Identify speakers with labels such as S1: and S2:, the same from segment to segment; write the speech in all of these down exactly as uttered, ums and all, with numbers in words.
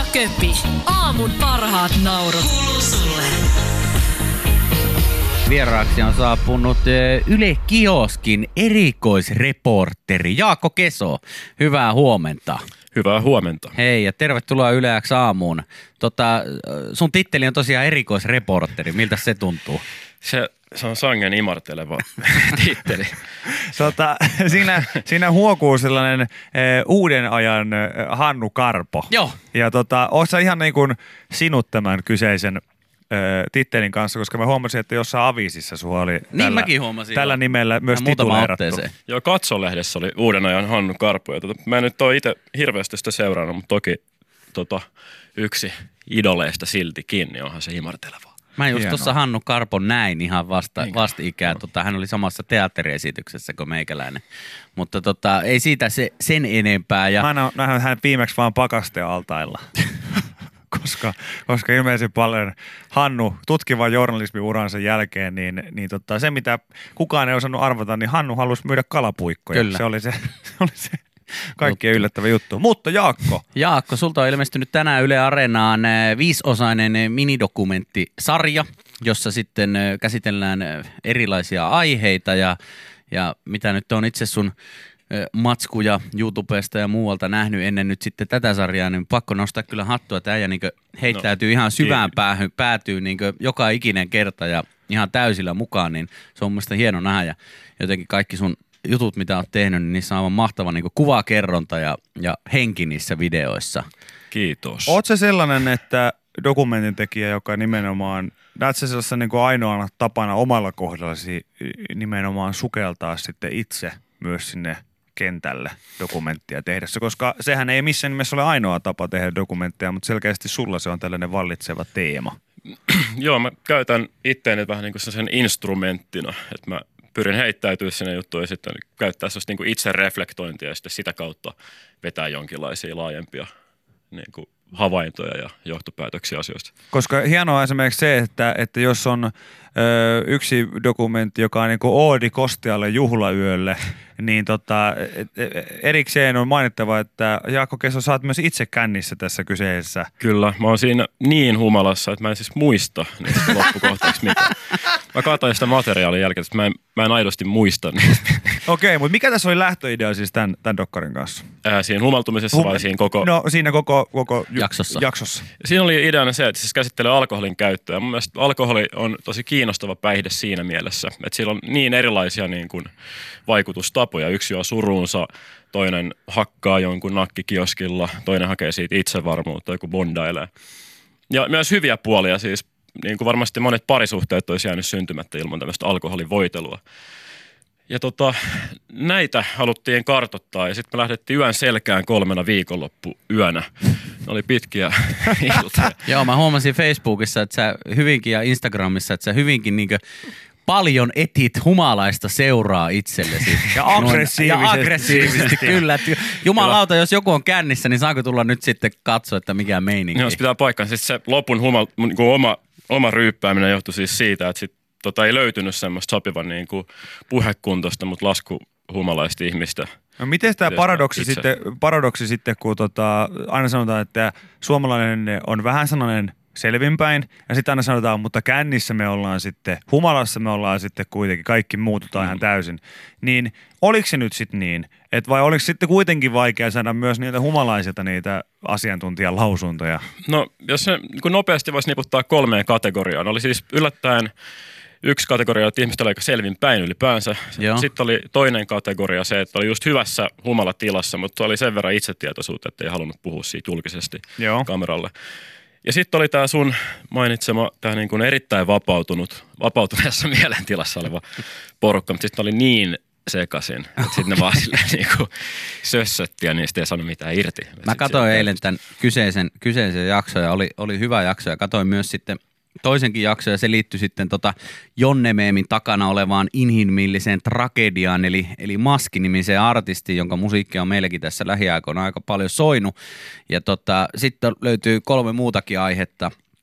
S1: Köpi, aamun parhaat naurut. Kuuluu sulle.
S2: Vieraaksi on saapunut Yle Kioskin erikoisreporteri Jaakko Keso. Hyvää huomenta.
S3: Hyvää huomenta.
S2: Hei ja tervetuloa Yle X aamuun. Tota, sun titteli on tosiaan erikoisreporteri. Miltä se tuntuu?
S3: Se, se on sangen imarteleva titteli.
S4: Tota, siinä, siinä huokuu sellainen e, uuden ajan e, Hannu Karpo.
S2: Joo.
S4: Ja tota, oot sä ihan niin kuin sinut tämän kyseisen e, tittelin kanssa, koska mä huomasin, että jossain aviisissa sua oli
S2: niin
S4: tällä,
S2: mäkin huomasin,
S4: tällä
S2: jo.
S4: nimellä myös tituleerattu.
S3: Joo, Katso-lehdessä oli uuden ajan Hannu Karpo. Ja tota, mä en nyt ole itse hirveästi sitä seurannut, mutta toki tota, yksi idoleista siltikin, niin onhan se imartelevaa.
S2: Mä just tuossa Hannu Karpon näin ihan vasta, vastikään. Tota, hän oli samassa teatteriesityksessä kuin meikäläinen. Mutta tota, ei siitä se, sen enempää. Ja...
S4: Mä oon nähnyt hän viimeksi vaan pakastealtailla. koska, koska ilmeisesti paljon Hannu tutkivan journalismiuransa jälkeen, niin, niin tota, se mitä kukaan ei osannut arvata, niin Hannu halusi myydä kalapuikkoja.
S2: Kyllä.
S4: Se oli se, se, oli se kaikkien yllättävä juttu. Mutta Jaakko.
S2: Jaakko, sulta on ilmestynyt tänään Yle Areenaan viisiosainen minidokumenttisarja, jossa sitten käsitellään erilaisia aiheita ja, ja mitä nyt on itse sun matskuja YouTubesta ja muualta nähnyt ennen nyt sitten tätä sarjaa, niin pakko nostaa kyllä hattua, että äijä niin heittäytyy no, ihan syvään päähy, päätyy niin joka ikinen kerta ja ihan täysillä mukaan, niin se on mielestäni hieno nähdä ja jotenkin kaikki sun jutut, mitä oot tehnyt, niin niissä on aivan mahtava niin kuvakerronta ja, ja henki niissä videoissa.
S3: Kiitos.
S4: Oot se sellainen, että dokumentin tekijä, joka nimenomaan, näet sä sellaisessa niin kuin ainoana tapana omalla kohdallasi nimenomaan sukeltaa sitten itse myös sinne kentälle dokumenttia tehdessä, koska sehän ei missään nimessä ole ainoa tapa tehdä dokumenttia, mutta selkeästi sulla se on tällainen vallitseva teema.
S3: Joo, mä käytän itteeni vähän niin kuin sen instrumenttina, että mä pyrin heittäytyä sinne juttuun ja sitten käyttää sellaista niin kuin itse reflektointia ja sitten sitä kautta vetää jonkinlaisia laajempia niin kuin havaintoja ja johtopäätöksiä asioista. Koska
S4: hienoa esimerkiksi se, että, että jos on ö, yksi dokumentti, joka on niin kuin oodi Kostialle juhlayölle, niin tota, erikseen on mainittava, että Jaakko Keso, sä oot myös itse kännissä tässä kyseessä. Kyllä, mä oon siinä niin humalassa, että mä en siis muista niistä loppukohtaisesti mitään. Mä katsoin sitä materiaalin jälkeen, että mä en, mä en aidosti muista niistä. Okei, okay, mutta mikä tässä oli lähtöidea siis tämän, tämän dokkarin kanssa? Ää, siinä humaltumisessa hum- vai siinä koko... No siinä koko, koko ju-
S2: jaksossa.
S4: jaksossa.
S3: Siinä oli ideana se, että siis käsittelee alkoholin käyttöä. Mun mielestä alkoholi on tosi kiinnostava päihde siinä mielessä, että sillä on niin erilaisia niin kuin vaikutustapoja. Yksi juo suruunsa, toinen hakkaa jonkun nakkikioskilla, toinen hakee siitä itsevarmuutta, joku bondailee. Ja myös hyviä puolia siis, niin kuin varmasti monet parisuhteet olisi jäänyt syntymättä ilman tämmöistä alkoholivoitelua. Ja tota, näitä haluttiin kartoittaa ja sitten me lähdettiin yön selkään kolmena viikonloppuyönä. Ne oli pitkiä iltoja.
S2: Joo, mä huomasin Facebookissa, että sä hyvinkin ja Instagramissa, että sä hyvinkin niinkö paljon etit humalaista seuraa itsellesi.
S4: Ja aggressiivisesti.
S2: Ja aggressiivisesti, kyllä. Jumalauta, jos joku on kännissä, niin saako tulla nyt sitten katsoa, että mikä meininki?
S3: Jos pitää paikkaan. Siis se lopun humal, niin kuin oma, oma ryyppääminen johtui siis siitä, että sit, tota, ei löytynyt semmoista sopivan niin kuin puhekuntoista, mutta laskuhumalaista ihmistä.
S4: No miten tämä paradoksi sitten, paradoksi sitten, kun tota, aina sanotaan, että suomalainen on vähän sellainen selvinpäin, ja sitten aina sanotaan, mutta kännissä me ollaan sitten, humalassa me ollaan sitten kuitenkin, kaikki muututaan mm. ihan täysin. Niin oliko se nyt sitten niin, että vai oliko sitten kuitenkin vaikea saada myös niiltä humalaisilta niitä asiantuntijan lausuntoja?
S3: No jos se kun nopeasti voisi niputtaa kolmeen kategoriaan, oli siis yllättäen yksi kategoria, että ihmiset oli aika selvinpäin ylipäänsä. Joo. Sitten oli toinen kategoria se, että oli just hyvässä humalatilassa, mutta oli sen verran itsetietoisuutta, että ei halunnut puhua siitä julkisesti Joo. kameralle. Ja sitten oli tämä sun mainitsema, tämä niin kuin erittäin vapautunut, vapautuneessa mielentilassa oleva porukka, mutta sitten oli niin sekaisin, että sitten ne vaan silleen niin kuin sössötti ja niistä ei sano mitään irti.
S2: Mä katsoin eilen tämän kyseisen, kyseisen jakson ja oli, oli hyvä jakso ja katsoin myös sitten toisenkin jakso ja se liittyi sitten tota Jonne-meemin takana olevaan inhimilliseen tragediaan, eli, eli Maski-nimiseen artistiin, jonka musiikki on meilläkin tässä lähiaikoina aika paljon soinut. Ja tota, sitten löytyy kolme muutakin aihetta,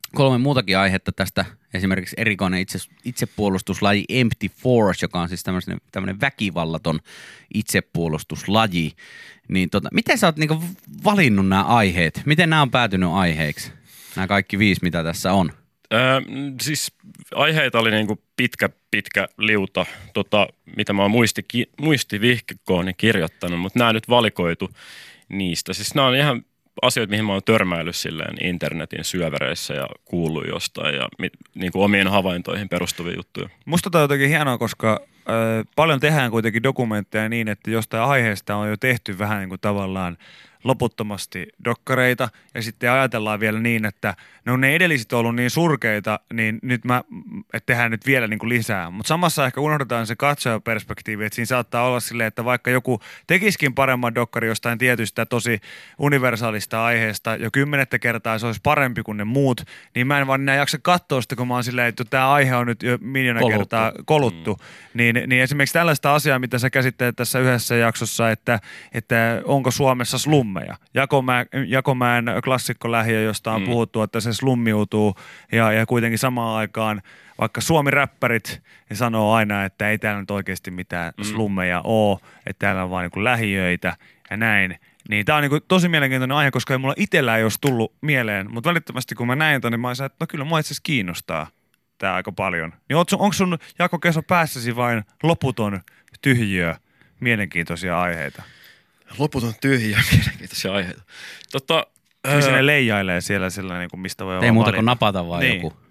S2: kolme muutakin aihetta tästä. Esimerkiksi erikoinen itse, itsepuolustuslaji Empty Force, joka on siis tämmöinen väkivallaton itsepuolustuslaji. Niin tota, miten sä oot niinku valinnut nämä aiheet? Miten nämä on päätynyt aiheiksi? Nämä kaikki viisi, mitä tässä on.
S3: Öö, siis aiheita oli niinku pitkä, pitkä liuta, tota, mitä mä oon muisti, muistivihkikooni kirjoittanut, mutta nämä nyt valikoitu niistä. Siis nämä on ihan asioita, mihin mä oon törmäillyt silleen internetin syövereissä ja kuullut jostain ja niin kuin omien havaintoihin perustuvia juttuja.
S4: Musta tämä on jotenkin hienoa, koska äh, paljon tehdään kuitenkin dokumentteja niin, että jostain aiheesta on jo tehty vähän niin kuin tavallaan loputtomasti dokkareita ja sitten ajatellaan vielä niin, että no ne edelliset on ollut niin surkeita, niin nyt mä, että tehdään nyt vielä niin kuin lisää. Mutta samassa ehkä unohdetaan se katsojaperspektiivi, että siinä saattaa olla silleen, että vaikka joku tekisikin paremman dokkari jostain tietystä tosi universaalista aiheesta jo kymmenettä kertaa se olisi parempi kuin ne muut, niin mä en vaan enää jaksa katsoa sitä, kun mä oon silleen, että tämä aihe on nyt jo miljoona koluttu. kertaa koluttu. Mm. Niin, niin esimerkiksi tällaista asiaa, mitä sä käsittelet tässä yhdessä jaksossa, että, että onko Suomessa slummeja. Jakomäen, Jakomäen klassikkolähiö, josta on mm. puhuttu, että se slummiutuu ja, ja kuitenkin samaan aikaan vaikka Suomi-räppärit sanoo aina, että ei täällä nyt oikeasti mitään mm. slummeja ole, että täällä on vaan niin kuin lähiöitä ja näin. Niin tää on niin kuin tosi mielenkiintoinen aihe, koska ei mulla itsellä ei olisi tullut mieleen, mutta välittömästi kun mä näin ton, niin mä olisin, että no kyllä mua itse asiassa kiinnostaa tää aika paljon. Niin onko sun Jaakko Keso päässäsi vain loputon tyhjiö mielenkiintoisia aiheita?
S3: Loputon tyhjiö mielenkiintoisia aiheita. Tota,
S4: Missä ne leijailee siellä sillä, niin kuin mistä voi olla
S2: ei muuta
S4: valita.
S2: kuin napata vaan
S4: niin.
S2: joku.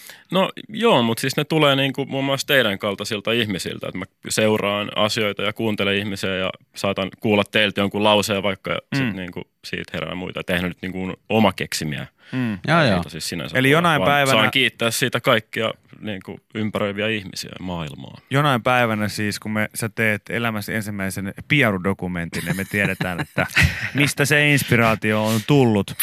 S3: No joo, mutta siis ne tulee niinku muun muassa teidän kaltaisilta ihmisiltä, että mä seuraan asioita ja kuuntelen ihmisiä ja saatan kuulla teiltä jonkun lauseen vaikka ja mm. sit niinku siitä herää muita. Et eihän nyt niinku oma keksimiä.
S4: Mm.
S2: Joo, joo.
S3: Siis sinänsä
S4: Eli jonain päivänä
S3: saan kiittää siitä kaikkia niinku ympäröiviä ihmisiä maailmaa.
S4: Jonain päivänä siis, kun me, sä teet elämässä ensimmäisen Piaru-dokumentin, niin me tiedetään, että mistä se inspiraatio on tullut.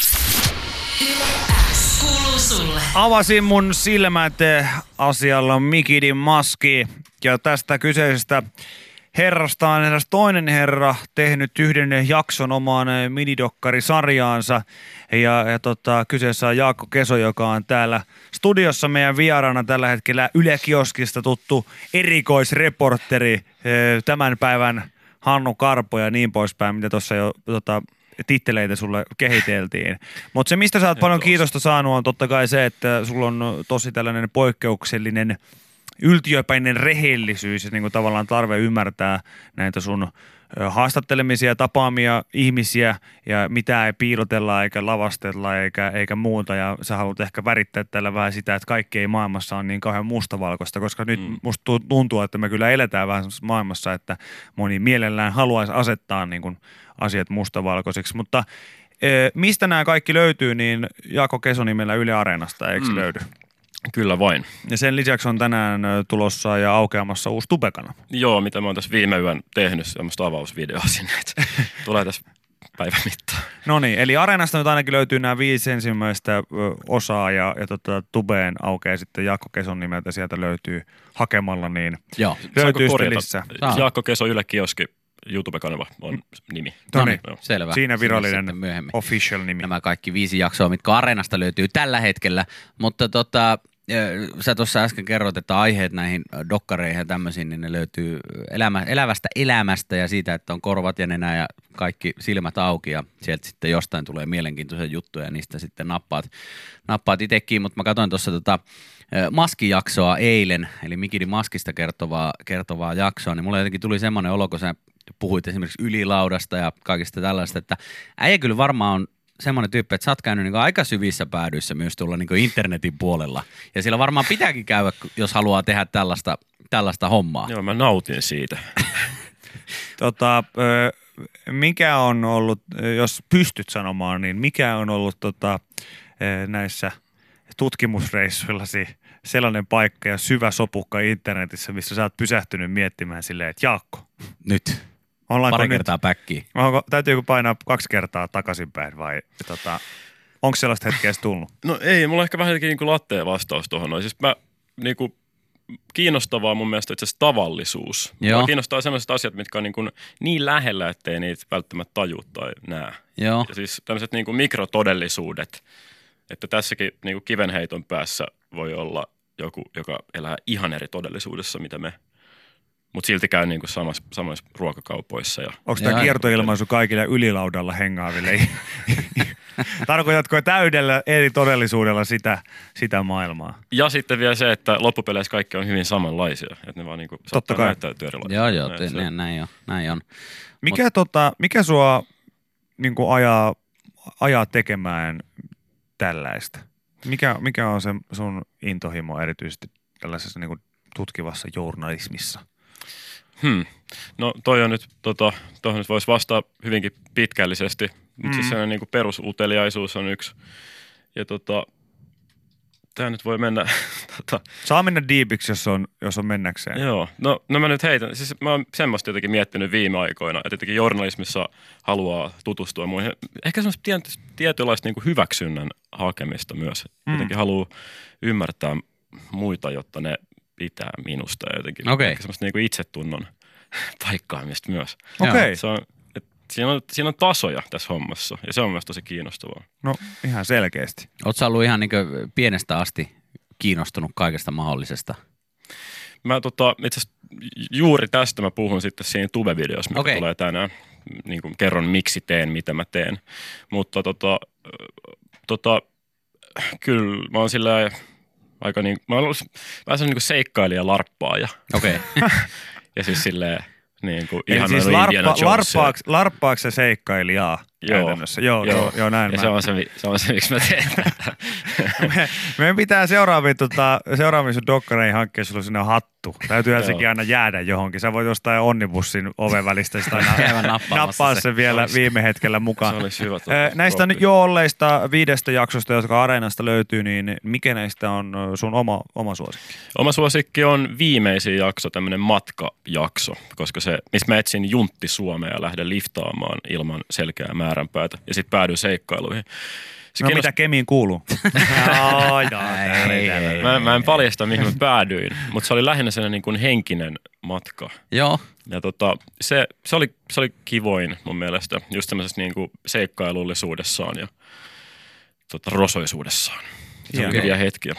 S4: Avasin mun silmät asialla Mikidin maski ja tästä kyseisestä herrasta on eräs toinen herra tehnyt yhden jakson omaan minidokkarisarjaansa ja, ja tota, kyseessä on Jaakko Keso, joka on täällä studiossa meidän vieraana tällä hetkellä Yle Kioskista tuttu erikoisreportteri, tämän päivän Hannu Karpo ja niin poispäin, mitä tuossa jo tota, titteleitä sulle kehiteltiin. Mutta se, mistä sä oot paljon kiitosta saanut, on totta kai se, että sulla on tosi tällainen poikkeuksellinen yltiöpäinen rehellisyys ja niin kuin tavallaan tarve ymmärtää näitä sun haastattelemisia, tapaamia ihmisiä ja mitä ei piilotella eikä lavastella eikä, eikä muuta. Ja sä haluat ehkä värittää tällä vähän sitä, että kaikki ei maailmassa on niin kauhean mustavalkoista, koska nyt mm. musta tuntuu, että me kyllä eletään vähän maailmassa, että moni mielellään haluaisi asettaa niin kuin asiat mustavalkoisiksi. Mutta e, mistä nämä kaikki löytyy, niin Jaakko Keso nimellä Yle Areenasta, eikö mm. löydy?
S3: Kyllä vain.
S4: Ja sen lisäksi on tänään tulossa ja aukeamassa uusi Tube-kanava.
S3: Joo, mitä mä oon tässä viime yön tehnyt, semmoista avausvideoa sinne, että tulee tässä päivän mittaan.
S4: No niin, eli Areenasta nyt ainakin löytyy nämä viisi ensimmäistä osaa ja, ja tota, Tubeen aukeaa sitten Jaakko Keson nimeltä, sieltä löytyy hakemalla, niin
S2: joo.
S4: löytyy stilissä.
S3: Jaakko Keso Yle Kioski. YouTube-kanava on nimi.
S4: No niin,
S2: selvä.
S4: Siinä virallinen official nimi.
S2: Nämä kaikki viisi jaksoa, mitkä Areenasta löytyy tällä hetkellä, mutta tota, sä tuossa äsken kerroit, että aiheet näihin dokkareihin ja tämmöisiin, niin ne löytyy elämä, elävästä elämästä ja siitä, että on korvat ja nenä ja kaikki silmät auki ja sieltä sitten jostain tulee mielenkiintoisia juttuja ja niistä sitten nappaat, nappaat itsekin, mutta mä katsoin tuossa tota maskijaksoa eilen, eli Mikidin maskista kertovaa, kertovaa jaksoa, niin mulle jotenkin tuli semmoinen olo, kun sä puhuit esimerkiksi ylilaudasta ja kaikista tällaista, että äijä kyllä varmaan on semmoinen tyyppi, että sä oot käynyt niin aika syvissä päädyissä myös tuolla niin internetin puolella. Ja siellä varmaan pitääkin käydä, jos haluaa tehdä tällaista, tällaista hommaa.
S3: Joo, mä nautin siitä.
S4: tota, mikä on ollut, jos pystyt sanomaan, niin mikä on ollut tota, näissä tutkimusreissuillasi sellainen paikka ja syvä sopukka internetissä, missä sä oot pysähtynyt miettimään silleen, että Jaakko.
S2: Nyt.
S4: Ollaanko
S2: Pari
S4: nyt,
S2: kertaa päkkiä.
S4: Onko, täytyykö painaa kaksi kertaa takaisinpäin vai tota, onko sellaista hetkeä tullut?
S3: No ei, mulla on ehkä vähän niin kuin latteen vastaus tuohon. No, siis mä, niin kuin, kiinnostavaa mun mielestä itse asiassa tavallisuus. Joo. Mua kiinnostaa sellaiset asiat, mitkä on niin, kuin niin lähellä, ettei niitä välttämättä tajua tai näe.
S2: Joo.
S3: Ja siis tämmöiset niin kuin mikrotodellisuudet, Että tässäkin niin kuin kivenheiton päässä voi olla joku, joka elää ihan eri todellisuudessa, mitä me. Mutta silti käy niin kuin samassa, samassa ruokakaupoissa. Ja...
S4: Onko tämä kiertoilmaisu kaikille ylilaudalla hengaaville? Tarkoitatko täydellä eri todellisuudella sitä, sitä maailmaa?
S3: Ja sitten vielä se, että loppupeleissä kaikki on hyvin samanlaisia. Että ne vaan niin kuin
S4: Totta kai.
S3: näyttäytyy erilaisia.
S2: Joo, joo,
S3: näin,
S2: te,
S3: se...
S2: näin on. Näin on.
S4: Mikä,
S2: Mut...
S4: tota, mikä sua niin kuin ajaa, ajaa tekemään tällaista? Mikä, mikä on se sun intohimo erityisesti tällaisessa niin kuin tutkivassa journalismissa?
S3: Hmm. No toi on nyt, tota, tuohon nyt voisi vastaa hyvinkin pitkällisesti, mutta mm. siis sellainen niin kuin perusuteliaisuus on yksi. Ja tota, tää nyt voi mennä... tota,
S4: Saa mennä deepiksi, jos on, jos on mennäkseen.
S3: Joo, no, no mä nyt heitän, siis mä oon semmoista jotenkin miettinyt viime aikoina, että jotenkin journalismissa haluaa tutustua muihin. Ehkä semmoista tiety, tietynlaista niin kuin hyväksynnän hakemista myös. Mm. Jotenkin haluaa ymmärtää muita, jotta ne pitää minusta ja jotenkin
S2: okay.
S3: semmoista niin kuin itsetunnon paikkaamista myös.
S4: Okei.
S3: Se on, siinä, on, siinä on tasoja tässä hommassa ja se on myös tosi kiinnostavaa.
S4: No ihan selkeästi.
S2: Ootko sä ollut ihan niin kuin pienestä asti kiinnostunut kaikesta mahdollisesta?
S3: Mä tota, itse asiassa juuri tästä mä puhun sitten siinä Tube-videossa, mikä
S2: okay.
S3: tulee tänään. Niin kuin kerron, miksi teen, mitä mä teen. Mutta tota, tota, kyllä mä oon silleen aika niin, mä oon ollut vähän niin kuin seikkailija larppaaja.
S2: Okei. Okay.
S3: Ja siis silleen niin kuin
S4: Eli
S3: ihan
S4: siis
S3: Indiana
S4: larppa, larppaaks, larppaaks se seikkailijaa
S3: joo,
S4: käytännössä? Joo, joo, joo, joo näin.
S3: Ja
S4: mä...
S3: se, on se, se on se, miksi mä teen tätä.
S4: Me, meidän pitää seuraaviin, tota, seuraaviin sun dokkareihin hankkia sulla sinne hattu. Täytyyhän sekin aina jäädä johonkin. Sä voit jostain onnibussin oven välistä sitä aina nappaa sen vielä
S3: olisi,
S4: viime hetkellä mukaan.
S3: Se olisi hyvä.
S4: Äh, näistä nyt jo olleista viidestä jaksosta, jotka Areenasta löytyy, niin mikä näistä on sun oma, oma suosikki?
S3: Oma suosikki on viimeisin jakso, tämmöinen matkajakso, koska se, missä mä etsin Juntti Suomea ja lähden liftaamaan ilman selkeää määränpäätä ja sitten päädyin seikkailuihin. Se
S4: no
S3: kiinnost...
S4: mitä Kemiin kuuluu? no, joo,
S2: ei, ei, ei,
S3: mä, mä en paljasta, mihin mä päädyin, mutta se oli lähinnä sellainen niin kuin henkinen matka.
S2: Joo.
S3: Ja tota, se, se, oli, se oli kivoin mun mielestä, just tämmöisessä niin kuin seikkailullisuudessaan ja tota, rosoisuudessaan. Se oli hyviä hetkiä.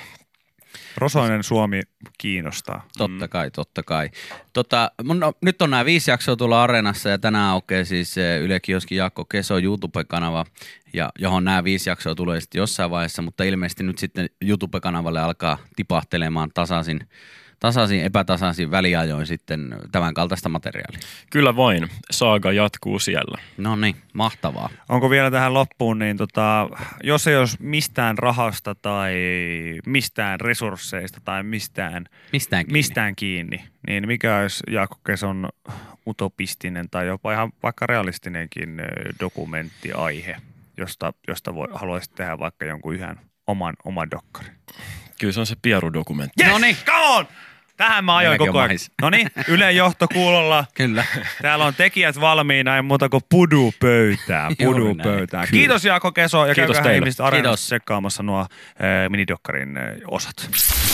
S4: Rosoinen Suomi kiinnostaa.
S2: Totta kai, totta kai. Tota, mun, no, nyt on nämä viisi jaksoa tuolla Areenassa ja tänään aukeaa siis Yle Kioskin Jaakko Keso YouTube-kanava, ja johon nämä viisi jaksoa tulee sitten jossain vaiheessa, mutta ilmeisesti nyt sitten YouTube-kanavalle alkaa tipahtelemaan tasaisin, tasaisin epätasaisin väliajoin sitten tämän kaltaista materiaalia.
S3: Kyllä vain. Saaga jatkuu siellä.
S2: No niin, mahtavaa.
S4: Onko vielä tähän loppuun, niin tota, jos ei olisi mistään rahasta tai mistään resursseista tai mistään,
S2: mistään, kiinni.
S4: mistään kiinni, niin mikä olisi Jaakko Keson utopistinen tai jopa ihan vaikka realistinenkin dokumenttiaihe, josta, josta voi, haluaisit tehdä vaikka jonkun yhden oman, oman dokkarin?
S3: Kyllä se on se Pieru-dokumentti.
S4: Yes! Noniin, come on! Tähän mä ajoin koko ajan. Noniin, Ylen johto kuulolla.
S2: Kyllä.
S4: Täällä on tekijät valmiina, ei muuta kuin pudu pöytään. Pudu pöytään. Kiitos Jaakko Keso ja käykää ihmiset Areenassa tsekkaamassa nuo äh, minidokkarin äh, osat.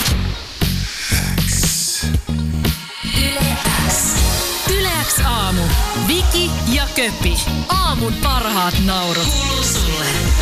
S1: Yle X aamu. Viki ja Köpi. Aamun parhaat naurut. Kuuluu sulle.